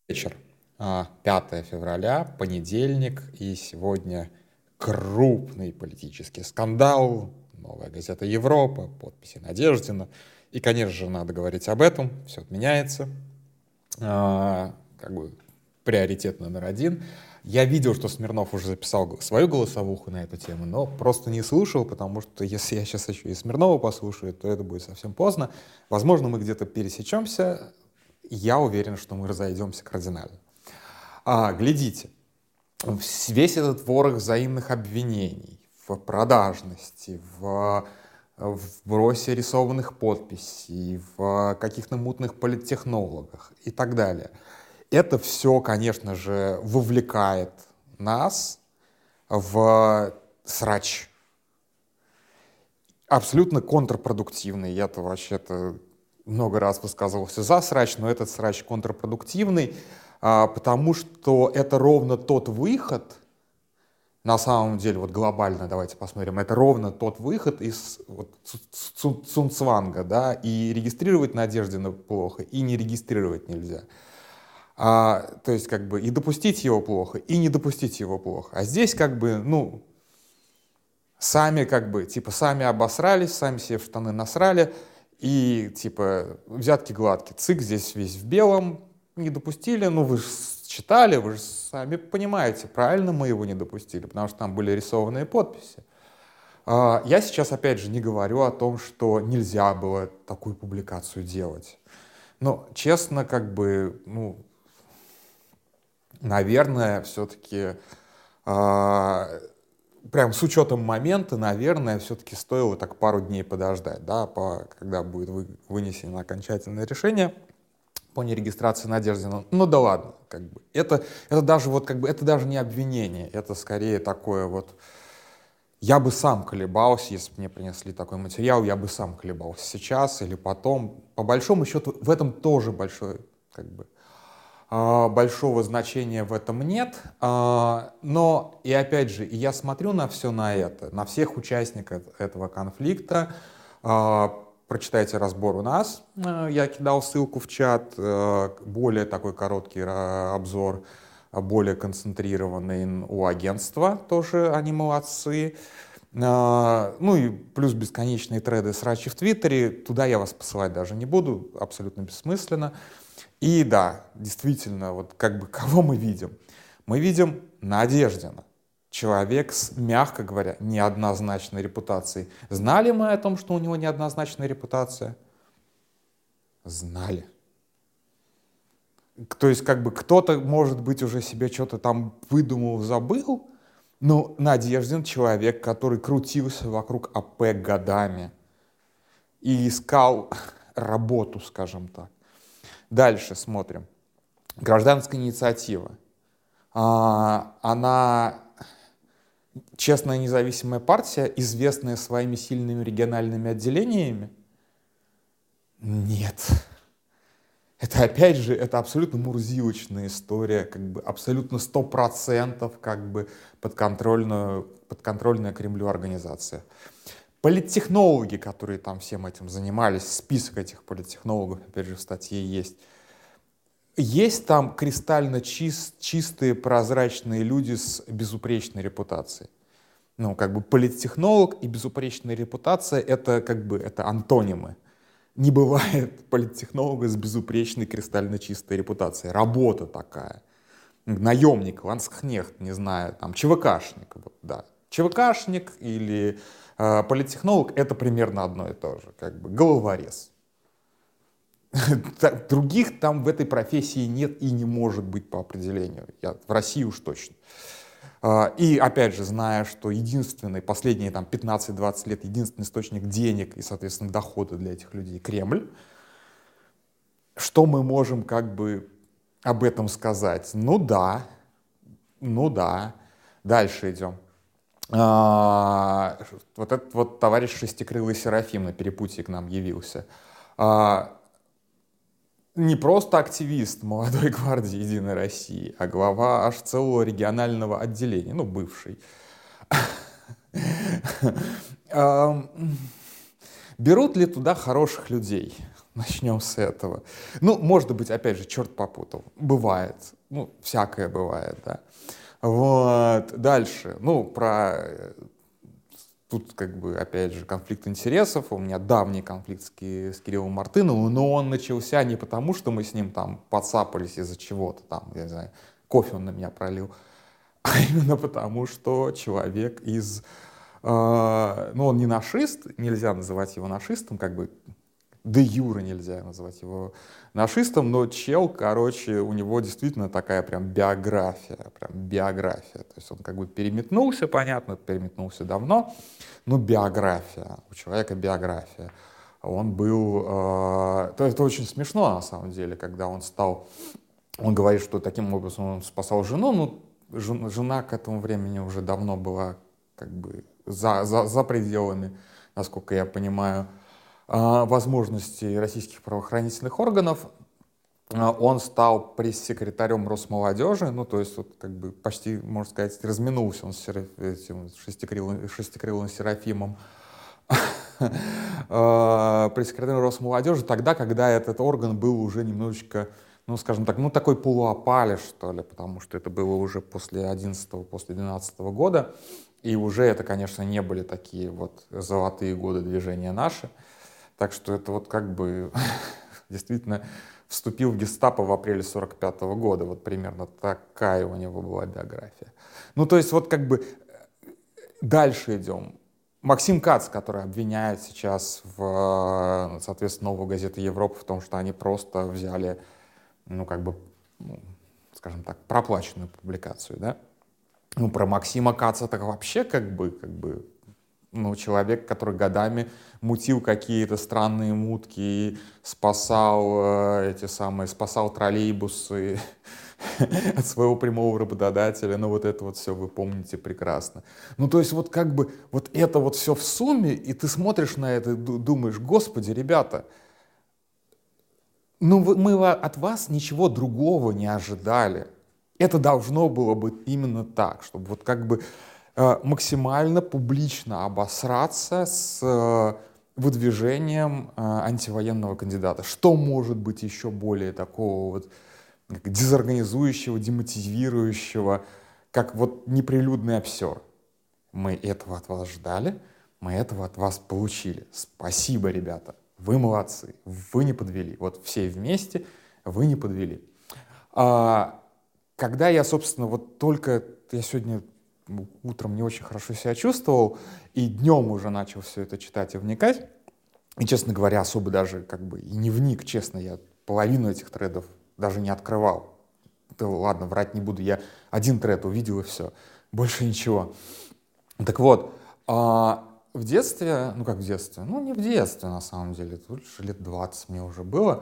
Вечер. 5 февраля, понедельник, и сегодня крупный политический скандал. Новая газета «Европа», подписи Надеждина. И, конечно же, надо говорить об этом, все отменяется. Как бы приоритет номер один. Я видел, что Смирнов уже записал свою голосовуху на эту тему, но просто не слушал, потому что если я сейчас еще и Смирнова послушаю, то это будет совсем поздно. Возможно, мы где-то пересечемся. Я уверен, что мы разойдемся кардинально. Глядите, весь этот ворох взаимных обвинений в продажности, в вбросе рисованных подписей, в каких-то мутных политтехнологах и так далее. Это все, конечно же, вовлекает нас в срач. Абсолютно контрпродуктивный. Я-то вообще-то много раз высказывался за срач, но этот срач контрпродуктивный, потому что это ровно тот выход, на самом деле, вот глобально, давайте посмотрим, это ровно тот выход из Цунцванга, да, и регистрировать Надеждина плохо, и не регистрировать нельзя. То есть, как бы, и допустить его плохо, и не допустить его плохо. А здесь, как бы, сами, как бы, типа, сами обосрались, сами себе в штаны насрали, и, типа, взятки гладкие. ЦИК здесь весь в белом, не допустили, вы же читали, вы же сами понимаете, правильно мы его не допустили, потому что там были рисованные подписи. Я сейчас, опять же, не говорю о том, что нельзя было такую публикацию делать. Но, честно, как бы, наверное, все-таки, прям с учетом момента, наверное, все-таки стоило так пару дней подождать, да, когда будет вынесено окончательное решение по нерегистрации Надеждина. Ну да ладно, как бы. Это даже вот как бы это даже не обвинение, это скорее такое вот. Я бы сам колебался, если бы мне принесли такой материал, я бы сам колебался сейчас или потом. По большому счету в этом тоже большого значения в этом нет. Но и опять же, я смотрю на все на это, на всех участников этого конфликта. Прочитайте разбор у нас. Я кидал ссылку в чат. Более такой короткий обзор, более концентрированный у агентства. Тоже они молодцы. И плюс бесконечные треды срачи в Твиттере. Туда я вас посылать даже не буду. Абсолютно бессмысленно. И да, действительно, вот как бы кого мы видим? Мы видим Надеждина. Человек с, мягко говоря, неоднозначной репутацией. Знали мы о том, что у него неоднозначная репутация? Знали. То есть, как бы кто-то, может быть, уже себе что-то там выдумал, забыл, но Надеждин человек, который крутился вокруг АП годами и искал работу, скажем так. Дальше смотрим. Гражданская инициатива. Она честная независимая партия, известная своими сильными региональными отделениями? Нет. Это, опять же, это абсолютно мурзилочная история, как бы абсолютно 100% как бы подконтрольная Кремлю организация. Политтехнологи, которые там всем этим занимались, список этих политтехнологов, опять же, в статье есть. Есть там кристально чистые, прозрачные люди с безупречной репутацией. Политтехнолог и безупречная репутация — это это антонимы. Не бывает политтехнолога с безупречной, кристально чистой репутацией. Работа такая. Наемник, ланскхнехт, не знаю, там, ЧВКшник. Вот, да. ЧВКшник или политтехнолог — это примерно одно и то же. Головорез. Других там в этой профессии нет и не может быть по определению. В России уж точно. И опять же, зная, что единственный, последние 15-20 лет, единственный источник денег и, соответственно, дохода для этих людей — Кремль, что мы можем об этом сказать? Ну да. Дальше идем. Вот этот вот товарищ Шестикрылый Серафим на перепутье к нам явился. Не просто активист молодой гвардии «Единой России», а глава аж целого регионального отделения, бывший. Берут ли туда хороших людей? Начнем с этого. Ну, может быть, опять же, черт попутал. Бывает. Ну, всякое бывает, да. Вот. Дальше. Ну, Тут, как бы, опять же, конфликт интересов. У меня давний конфликт с Кириллом Мартыновым, но он начался не потому, что мы с ним там подцапались из-за чего-то там, я не знаю, кофе он на меня пролил, а именно потому, что человек ну, он не нашист, нельзя называть его нашистом, как бы де юре нельзя называть его нашистом, но чел, короче, у него действительно такая прям биография. То есть он как бы переметнулся, понятно, переметнулся давно, но биография, у человека биография. Он был... это очень смешно, на самом деле, когда он говорит, что таким образом он спасал жену, ну, жена к этому времени уже давно была как бы за пределами, насколько я понимаю, возможностей российских правоохранительных органов. Он стал пресс-секретарем Росмолодежи, ну, то есть, вот, как бы, почти, можно сказать, разминулся он с этим шестикрылым Серафимом. Пресс-секретарем Росмолодежи тогда, когда этот орган был уже немножечко, ну, скажем так, ну, такой полуопале, что ли, потому что это было уже после 12 года, и уже это, конечно, не были такие вот золотые годы движения «Наши». Так что это вот как бы действительно вступил в гестапо в апреле 1945 года. Вот примерно такая у него была биография. Ну, то есть вот как бы дальше идем. Максим Кац, который обвиняет сейчас соответственно, «Новую газету Европы» в том, что они просто взяли, ну, как бы, ну, скажем так, проплаченную публикацию, да. Ну, про Максима Каца так вообще как бы, ну, человек, который годами мутил какие-то странные мутки, спасал спасал троллейбусы от своего прямого работодателя. Ну, вот это вот все вы помните прекрасно. Ну, то есть вот как бы вот это вот все в сумме, и ты смотришь на это и думаешь: господи, ребята, ну, мы от вас ничего другого не ожидали. Это должно было быть именно так, чтобы вот как бы максимально публично обосраться с выдвижением антивоенного кандидата. Что может быть еще более такого вот дезорганизующего, демотивирующего, как вот неприлюдный обсер? Мы этого от вас ждали, мы этого от вас получили. Спасибо, ребята, вы молодцы, вы не подвели. Вот все вместе вы не подвели. Когда я, собственно, я сегодня утром не очень хорошо себя чувствовал, и днем уже начал все это читать и вникать, и, честно говоря, особо даже как бы и не вник, честно, я половину этих тредов даже не открывал. Да ладно, врать не буду, я один тред увидел и все, больше ничего. Так вот, в детстве, ну как в детстве, ну не в детстве на самом деле, тут лет 20 мне уже было,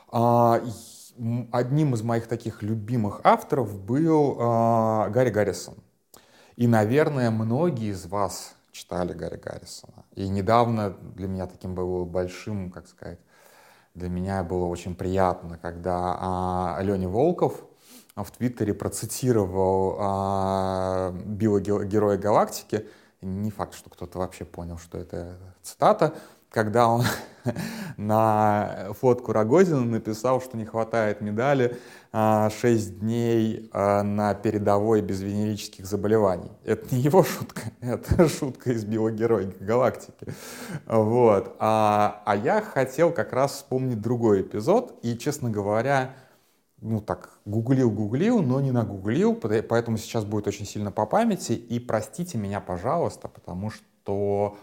одним из моих таких любимых авторов был Гарри Гаррисон. И, наверное, многие из вас читали Гарри Гаррисона. И недавно для меня таким было большим, как сказать, для меня было очень приятно, когда Леня Волков в Твиттере процитировал Билла Героя Галактики. Не факт, что кто-то вообще понял, что это цитата, когда он на фотку Рогозина написал, что не хватает медали 6 дней на передовой без венерических заболеваний. Это не его шутка, это шутка из Билла Героя Галактики. Вот. А я хотел как раз вспомнить другой эпизод, и, честно говоря, ну так, гуглил, но не нагуглил, поэтому сейчас будет очень сильно по памяти, и простите меня, пожалуйста, потому что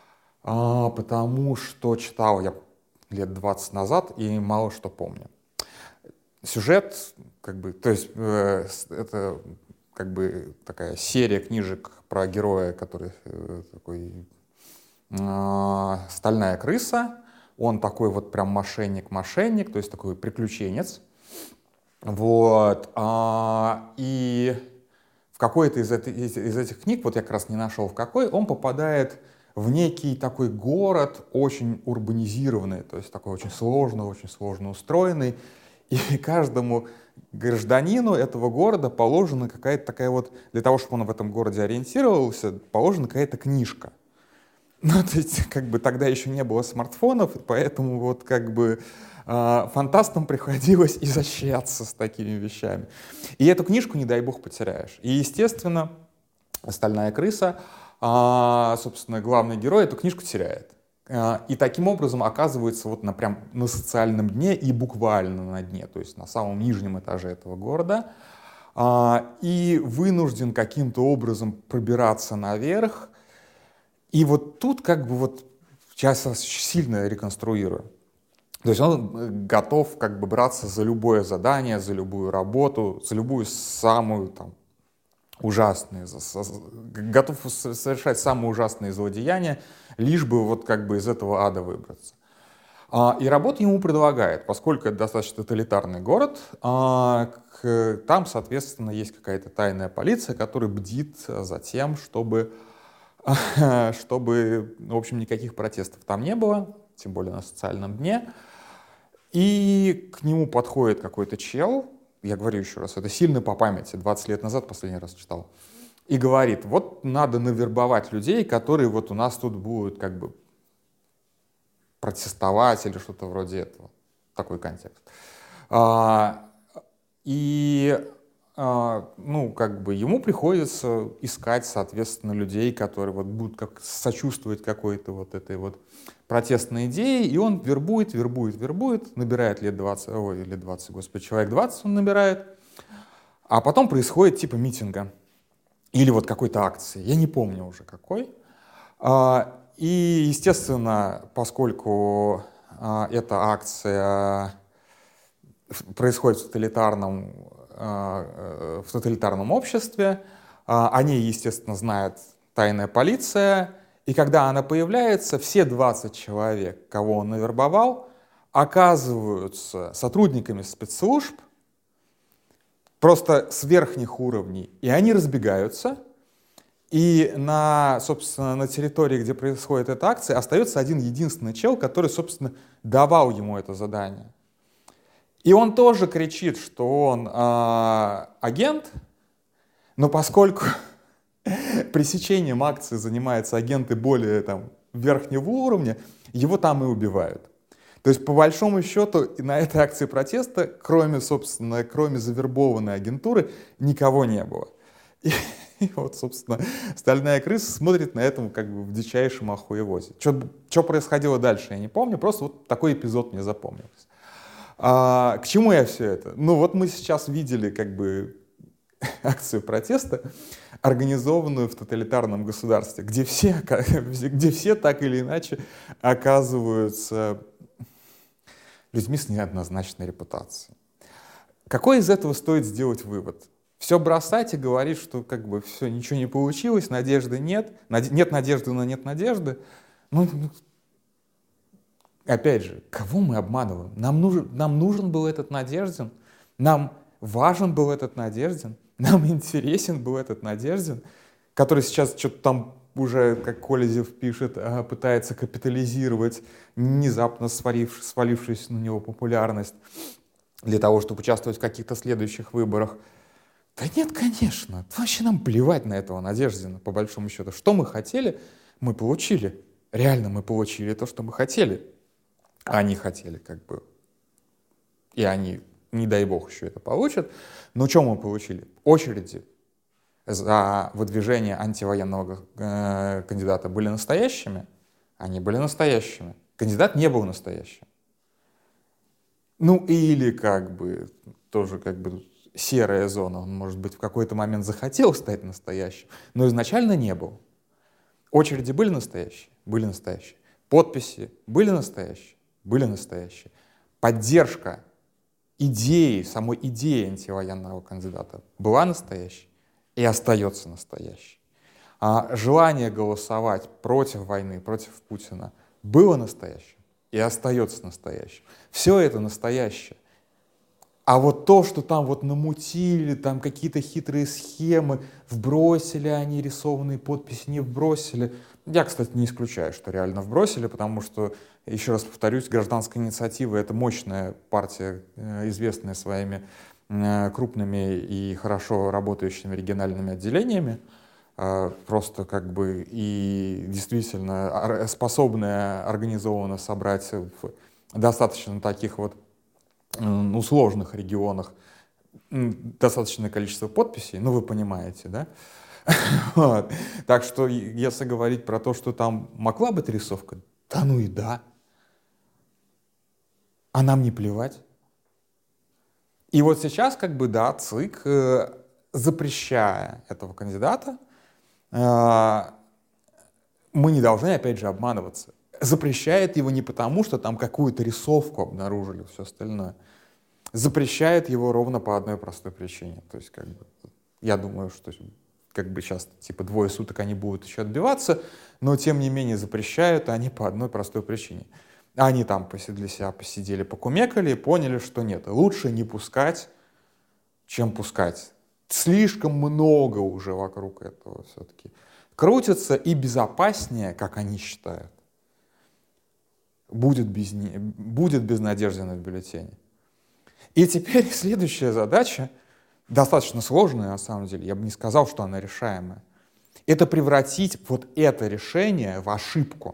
читал я лет 20 назад и мало что помню. Сюжет, как бы, то есть это как бы такая серия книжек про героя, который такой стальная крыса. Он такой вот прям мошенник, то есть такой приключенец. Вот. И в какой-то из этих книг, вот я как раз не нашел в какой, он попадает в некий такой город, очень урбанизированный, то есть такой очень сложно устроенный. И каждому гражданину этого города положена какая-то такая вот, для того, чтобы он в этом городе ориентировался, положена какая-то книжка. Ну, то есть, как бы тогда еще не было смартфонов, и поэтому вот как бы фантастам приходилось изощряться с такими вещами. И эту книжку, не дай бог, потеряешь. И, естественно, «Стальная крыса», собственно, главный герой эту книжку теряет. И таким образом оказывается вот прям на социальном дне и буквально на дне, то есть на самом нижнем этаже этого города, и вынужден каким-то образом пробираться наверх. И вот тут как бы вот сейчас сильно реконструирую. То есть он готов как бы браться за любое задание, за любую работу, за любую самую там ужасные, готов совершать самые ужасные злодеяния, лишь бы вот как бы из этого ада выбраться. И работу ему предлагает, поскольку это достаточно тоталитарный город, там, соответственно, есть какая-то тайная полиция, которая бдит за тем, чтобы, в общем, никаких протестов там не было, тем более на социальном дне. И к нему подходит какой-то чел, я говорю еще раз, это сильно по памяти, 20 лет назад последний раз читал, и говорит, вот надо навербовать людей, которые вот у нас тут будут как бы протестовать или что-то вроде этого. Такой контекст. Ну, как бы ему приходится искать, соответственно, людей, которые вот будут как сочувствовать какой-то вот этой вот протестной идее, и он вербует, набирает лет 20, господи, человек 20 он набирает, а потом происходит типа митинга или вот какой-то акции, я не помню уже какой. И, естественно, поскольку эта акция происходит в тоталитарном обществе, о ней, естественно, знает тайная полиция, и когда она появляется, все 20 человек, кого он навербовал, оказываются сотрудниками спецслужб, просто с верхних уровней, и они разбегаются, и собственно, на территории, где происходит эта акция, остается один единственный чел, который, собственно, давал ему это задание. И он тоже кричит, что он агент, но поскольку пресечением акции занимаются агенты более там, верхнего уровня, его там и убивают. То есть, по большому счету, на этой акции протеста, кроме завербованной агентуры, никого не было. И вот, собственно, «Стальная крыса» смотрит на этом как бы в дичайшем охуевозе. Что происходило дальше, я не помню, просто вот такой эпизод мне запомнился. К чему я все это? Ну вот мы сейчас видели как бы акцию протеста, организованную в тоталитарном государстве, где все так или иначе оказываются людьми с неоднозначной репутацией. Какой из этого стоит сделать вывод? Все бросать и говорить, что как бы все, ничего не получилось, надежды нет, нет надежды, но нет надежды. Опять же, кого мы обманываем? Нам нужен был этот Надеждин, нам важен был этот Надеждин, нам интересен был этот Надеждин, который сейчас что-то там уже, как Колезев пишет, пытается капитализировать внезапно свалившуюся на него популярность для того, чтобы участвовать в каких-то следующих выборах. Да нет, конечно, вообще нам плевать на этого Надеждина, по большому счету. Что мы хотели, мы получили. Реально мы получили то, что мы хотели. Они хотели как бы, и они, не дай бог, еще это получат. Но что мы получили? Очереди за выдвижение антивоенного кандидата были настоящими? Они были настоящими. Кандидат не был настоящим. Ну или как бы, тоже как бы серая зона. Он, может быть, в какой-то момент захотел стать настоящим, но изначально не был. Очереди были настоящие? Были настоящие. Подписи были настоящие? Были настоящие. Поддержка самой идеи антивоенного кандидата была настоящей и остается настоящей. Желание голосовать против войны, против Путина было настоящим и остается настоящим. Все это настоящее. А вот то, что там вот намутили, там какие-то хитрые схемы, вбросили они рисованные подписи, не вбросили. Я, кстати, не исключаю, что реально вбросили, потому что, еще раз повторюсь, гражданская инициатива — это мощная партия, известная своими крупными и хорошо работающими региональными отделениями. просто как бы и действительно способная организованно собрать в достаточно таких вот сложных регионах достаточное количество подписей, ну вы понимаете, да? Вот. Так что если говорить про то, что там могла быть рисовка, да ну и да. А нам не плевать. И вот сейчас как бы, да, ЦИК, запрещая этого кандидата, мы не должны, опять же, обманываться. Запрещает его не потому, что там какую-то рисовку обнаружили, все остальное. Запрещает его ровно по одной простой причине. То есть, как бы, я думаю, что как бы сейчас типа 2 суток они будут еще отбиваться, но тем не менее запрещают они по одной простой причине. Они там для себя посидели, покумекали и поняли, что нет, лучше не пускать, чем пускать. Слишком много уже вокруг этого все-таки крутится, и безопаснее, как они считают, будет без надежды бюллетене. И теперь следующая задача, достаточно сложная на самом деле, я бы не сказал, что она решаемая, это превратить вот это решение в ошибку.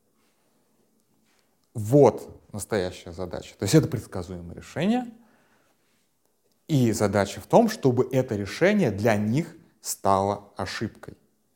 Вот настоящая задача. То есть это предсказуемое решение, и задача в том, чтобы это решение для них стало ошибкой.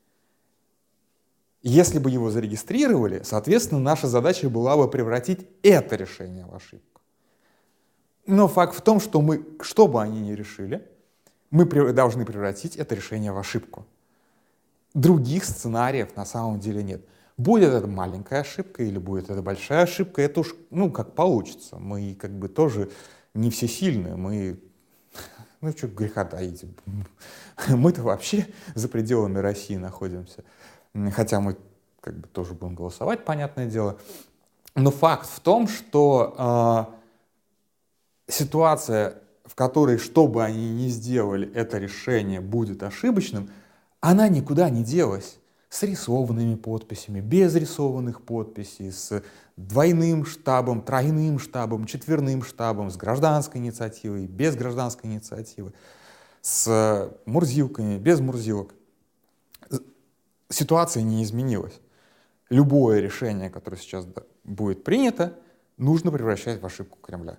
Если бы его зарегистрировали, соответственно, наша задача была бы превратить это решение в ошибку. Но факт в том, что мы, что бы они ни решили, мы должны превратить это решение в ошибку. Других сценариев на самом деле нет. Будет это маленькая ошибка или будет это большая ошибка, это уж, как получится. Мы как бы тоже не всесильны, мы, что греха таить, мы-то вообще за пределами России находимся. Хотя мы как бы тоже будем голосовать, понятное дело. Но факт в том, что ситуация, в которой, что бы они ни сделали, это решение будет ошибочным, она никуда не делась. С рисованными подписями, без рисованных подписей, с двойным штабом, тройным штабом, четверным штабом, с гражданской инициативой, без гражданской инициативы, с мурзилками, без мурзилок. Ситуация не изменилась. Любое решение, которое сейчас будет принято, нужно превращать в ошибку Кремля.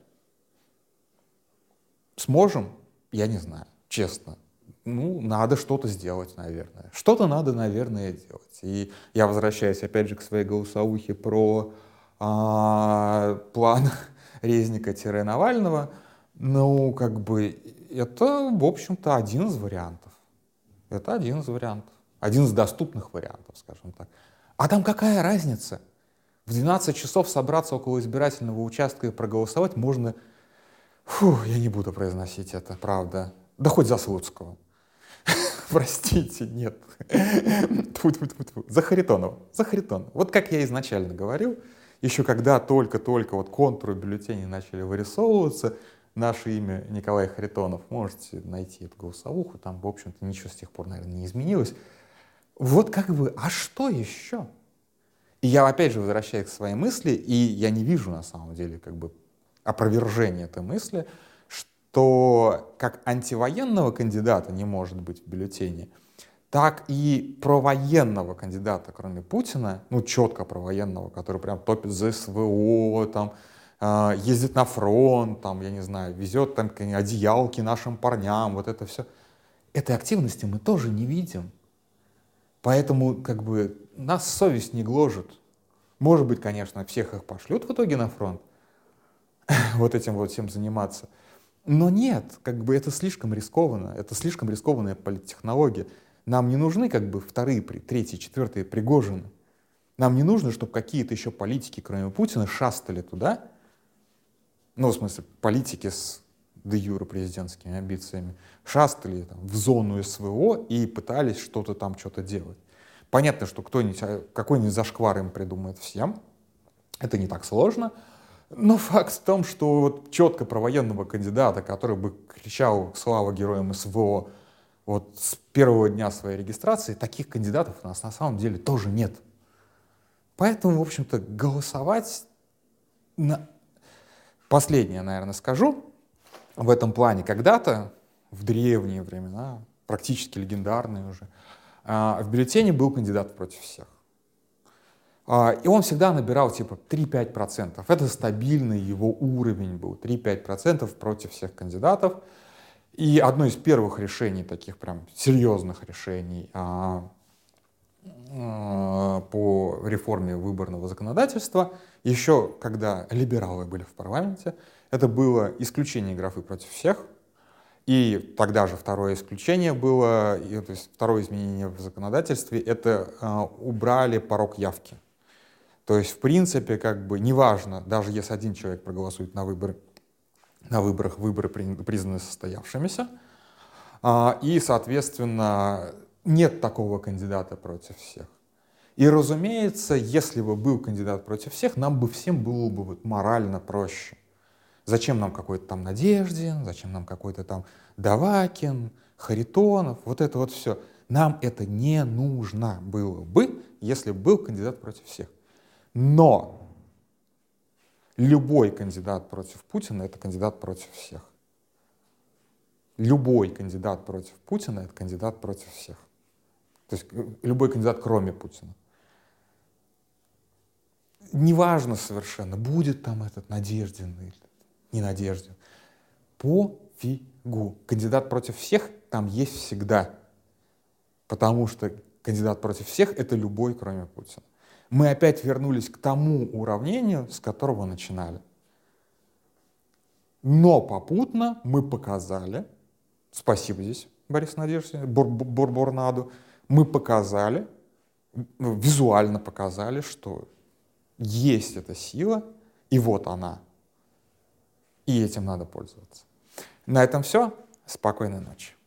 Сможем? Я не знаю, честно. Надо что-то сделать, наверное. Что-то надо, наверное, делать. И я возвращаюсь, опять же, к своей голосовухе про план Резника-Навального. Как бы, это, в общем-то, один из вариантов. Это один из вариантов. Один из доступных вариантов, скажем так. А там какая разница? В 12 часов собраться около избирательного участка и проголосовать можно... я не буду произносить это, правда. Да хоть за Слуцкого. Простите, нет. За Харитонова. Вот как я изначально говорил, еще когда только-только вот контуры бюллетеней начали вырисовываться, наше имя Николай Харитонов, можете найти эту голосовуху, там, в общем-то, ничего с тех пор, наверное, не изменилось. Вот как бы, а что еще? И я опять же возвращаюсь к своей мысли, и я не вижу на самом деле как бы опровержения этой мысли, что как антивоенного кандидата не может быть в бюллетене, так и провоенного кандидата, кроме Путина, четко провоенного, который прям топит за СВО, там, ездит на фронт, там, я не знаю, везет там одеялки нашим парням, вот это все. Этой активности мы тоже не видим. Поэтому как бы нас совесть не гложет. Может быть, конечно, всех их пошлют в итоге на фронт, вот этим вот всем заниматься. Но нет, как бы это слишком рискованно, это слишком рискованная политтехнология. Нам не нужны как бы вторые, третьи, четвертые Пригожины. Нам не нужно, чтобы какие-то еще политики, кроме Путина, шастали туда, в смысле, политики с де-юре президентскими амбициями, шастали там в зону СВО и пытались что-то делать. Понятно, что какой-нибудь зашквар им придумает всем, это не так сложно, но факт в том, что вот четко провоенного кандидата, который бы кричал «Слава героям СВО» вот с первого дня своей регистрации, таких кандидатов у нас на самом деле тоже нет. Поэтому, в общем-то, голосовать Последнее, наверное, скажу. В этом плане когда-то, в древние времена, практически легендарные уже, в бюллетене был кандидат против всех. И он всегда набирал типа 3-5%. Это стабильный его уровень был, 3-5% против всех кандидатов. И одно из первых решений, таких прям серьезных решений по реформе выборного законодательства, еще когда либералы были в парламенте, это было исключение графы против всех. И тогда же второе исключение было, то есть второе изменение в законодательстве, это убрали порог явки. То есть, в принципе, как бы неважно, даже если один человек проголосует на выборах выборы признаны состоявшимися, и, соответственно, нет такого кандидата против всех. И, разумеется, если бы был кандидат против всех, нам бы всем было бы вот морально проще. Зачем нам какой-то там Надеждин, зачем нам какой-то там Давакин, Харитонов, вот это вот все. Нам это не нужно было бы, если бы был кандидат против всех. Но любой кандидат против Путина — это кандидат против всех. Любой кандидат против Путина — это кандидат против всех. То есть любой кандидат, кроме Путина. Неважно совершенно, будет там этот Надеждин или не Надеждин. Пофигу. Кандидат против всех там есть всегда. Потому что кандидат против всех — это любой, кроме Путина. Мы опять вернулись к тому уравнению, с которого начинали. Но попутно мы показали, спасибо здесь Борису Надеждину, Бурнаду, мы показали, визуально показали, что есть эта сила, и вот она. И этим надо пользоваться. На этом все. Спокойной ночи.